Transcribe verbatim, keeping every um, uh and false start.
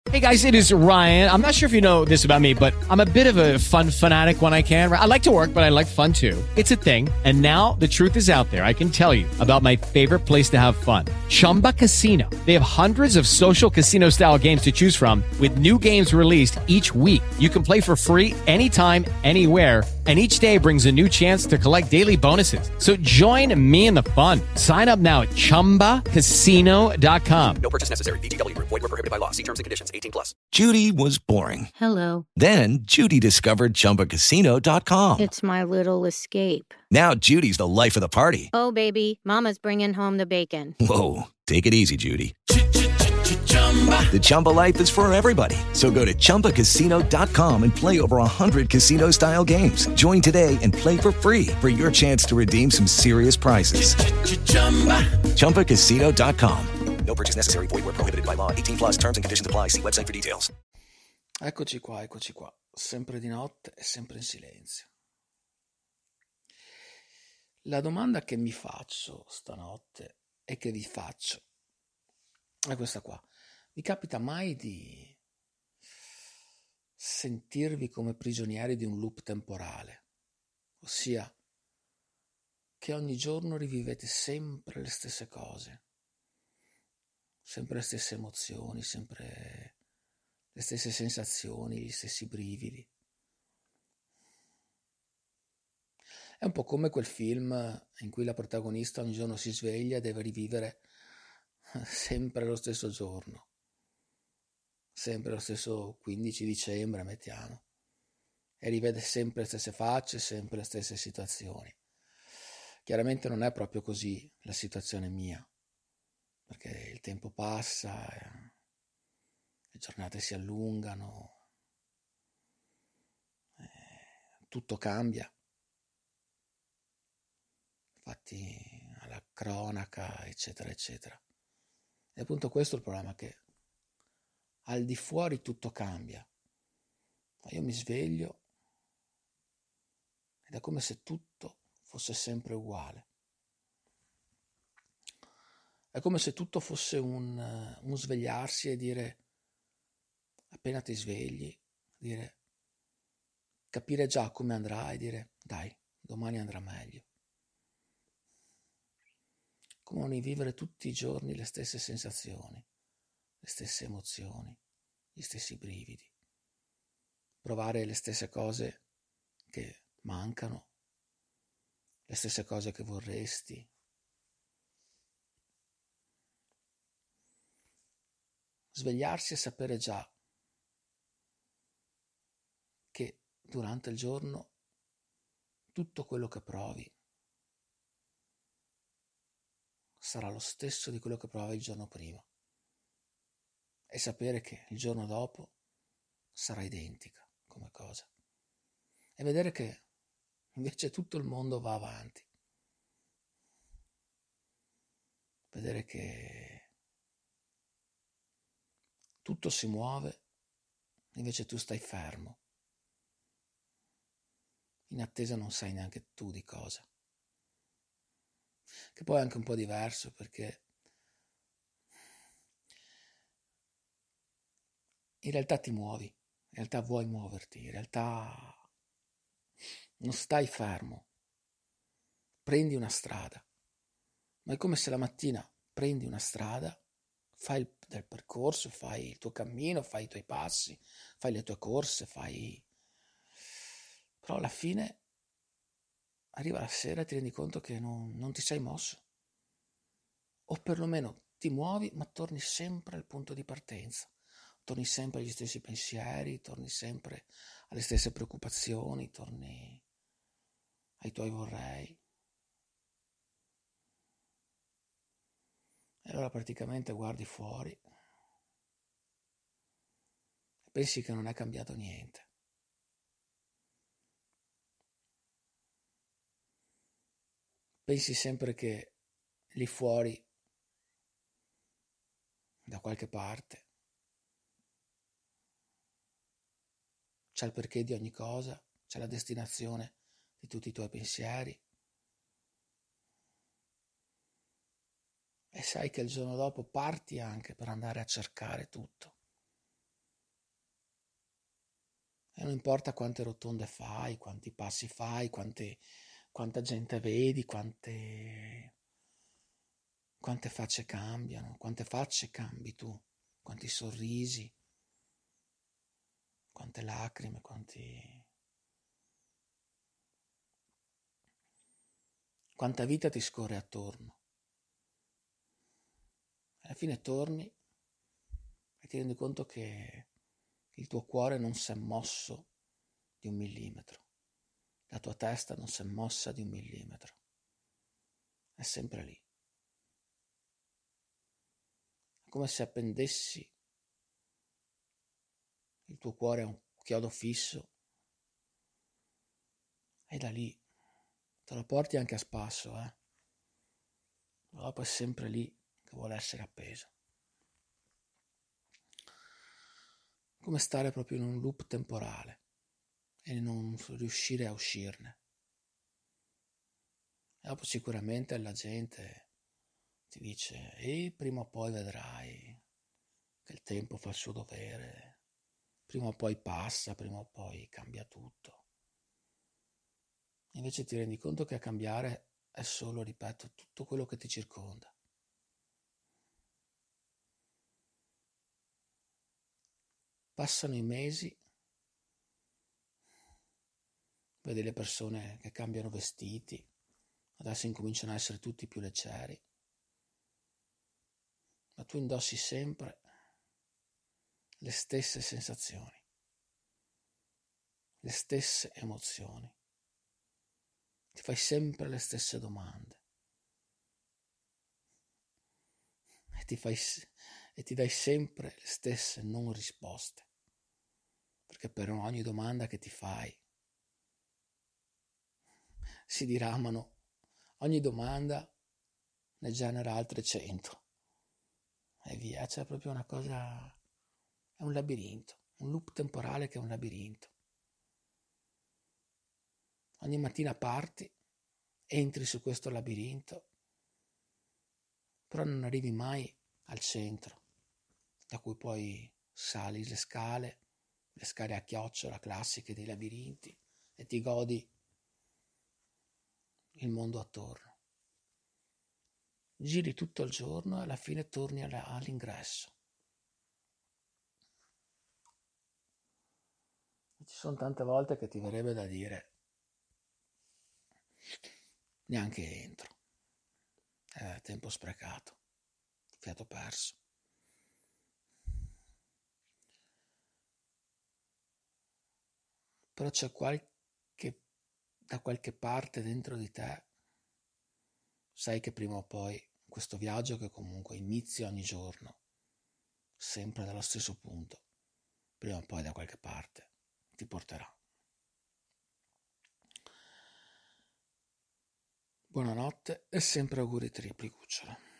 Hey guys, it is Ryan. I'm not sure if you know this about me, but I'm a bit of a fun fanatic when I can. I like to work, but I like fun too. It's a thing. And now the truth is out there. I can tell you about my favorite place to have fun. Chumba Casino. They have hundreds of social casino style games to choose from with new games released each week. You can play for free anytime, anywhere. And each day brings a new chance to collect daily bonuses. So join me in the fun. Sign up now at chumba casino dot com. No purchase necessary. V G W. Void where prohibited by law. See terms and conditions. eighteen plus. Judy was boring. Hello. Then Judy discovered chumba casino dot com. It's my little escape. Now Judy's the life of the party. Oh, baby, mama's bringing home the bacon. Whoa, take it easy, Judy. The Chumba life is for everybody. So go to chumba casino dot com and play over one hundred casino-style games. Join today and play for free for your chance to redeem some serious prizes. chumba casino dot com. No purchase necessary. Void where prohibited by law. eighteen plus terms and conditions apply. See website for details. Eccoci qua, eccoci qua. Sempre di notte e sempre in silenzio. La domanda che mi faccio stanotte e che vi faccio è questa qua. Vi capita mai di sentirvi come prigionieri di un loop temporale? Ossia, che ogni giorno rivivete sempre le stesse cose, sempre le stesse emozioni, sempre le stesse sensazioni, gli stessi brividi. È un po' come quel film in cui la protagonista ogni giorno si sveglia e deve rivivere sempre lo stesso giorno, sempre lo stesso quindici dicembre, mettiamo, e rivede sempre le stesse facce, sempre le stesse situazioni. Chiaramente non è proprio così la situazione mia, perché il tempo passa, le giornate si allungano, tutto cambia. Infatti alla cronaca, eccetera, eccetera. E appunto questo è il problema, che al di fuori tutto cambia. Ma io mi sveglio ed è come se tutto fosse sempre uguale. È come se tutto fosse un, un svegliarsi e dire, appena ti svegli, dire, capire già come andrà e dire, dai, domani andrà meglio. Come rivivere tutti i giorni le stesse sensazioni, le stesse emozioni, gli stessi brividi, provare le stesse cose che mancano, le stesse cose che vorresti. Svegliarsi e sapere già che durante il giorno tutto quello che provi sarà lo stesso di quello che provavi il giorno prima, e sapere che il giorno dopo sarà identica come cosa, e vedere che invece tutto il mondo va avanti, vedere che tutto si muove, invece tu stai fermo, in attesa non sai neanche tu di cosa. Che poi è anche un po' diverso, perché in realtà ti muovi, in realtà vuoi muoverti, in realtà non stai fermo, prendi una strada, ma è come se la mattina prendi una strada, fai il, del percorso, fai il tuo cammino, fai i tuoi passi, fai le tue corse, fai... però alla fine arriva la sera e ti rendi conto che non, non ti sei mosso, o perlomeno ti muovi ma torni sempre al punto di partenza, torni sempre agli stessi pensieri, torni sempre alle stesse preoccupazioni, torni ai tuoi vorrei. E allora praticamente guardi fuori e pensi che non è cambiato niente. Pensi sempre che lì fuori, da qualche parte, c'è il perché di ogni cosa, c'è la destinazione di tutti i tuoi pensieri, e sai che il giorno dopo parti anche per andare a cercare tutto, E non importa quante rotonde fai, quanti passi fai, quante, quanta gente vedi, quante, quante facce cambiano, quante facce cambi tu, quanti sorrisi, quante lacrime, quanti... quanta vita ti scorre attorno. Alla fine torni e ti rendi conto che il tuo cuore non si è mosso di un millimetro, la tua testa non si è mossa di un millimetro, è sempre lì. È come se appendessi il tuo cuore a un chiodo fisso e da lì te lo porti anche a spasso, eh? Ma dopo è sempre lì che vuole essere appeso. Come stare proprio in un loop temporale e non riuscire a uscirne. E dopo sicuramente la gente ti dice e prima o poi vedrai che il tempo fa il suo dovere, prima o poi passa, prima o poi cambia tutto. Invece ti rendi conto che a cambiare è solo, ripeto, tutto quello che ti circonda. Passano i mesi, vedi le persone che cambiano vestiti, adesso incominciano a essere tutti più leggeri, ma tu indossi sempre le stesse sensazioni, le stesse emozioni, ti fai sempre le stesse domande e ti, fai, e ti dai sempre le stesse non risposte, perché per ogni domanda che ti fai si diramano, ogni domanda ne genera altre cento e via, c'è proprio una cosa, è un labirinto, un loop temporale che è un labirinto. Ogni mattina parti, entri su questo labirinto, però non arrivi mai al centro, da cui poi sali le scale, le scale a chiocciola classiche dei labirinti e ti godi il mondo attorno. Giri tutto il giorno e alla fine torni all'ingresso. Ci sono tante volte che ti verrebbe da dire neanche entro, è tempo sprecato, fiato perso. Però c'è qualche, da qualche parte dentro di te, sai che prima o poi questo viaggio che comunque inizia ogni giorno, sempre dallo stesso punto, prima o poi da qualche parte ti porterà. Buonanotte e sempre auguri tripli, cucciola.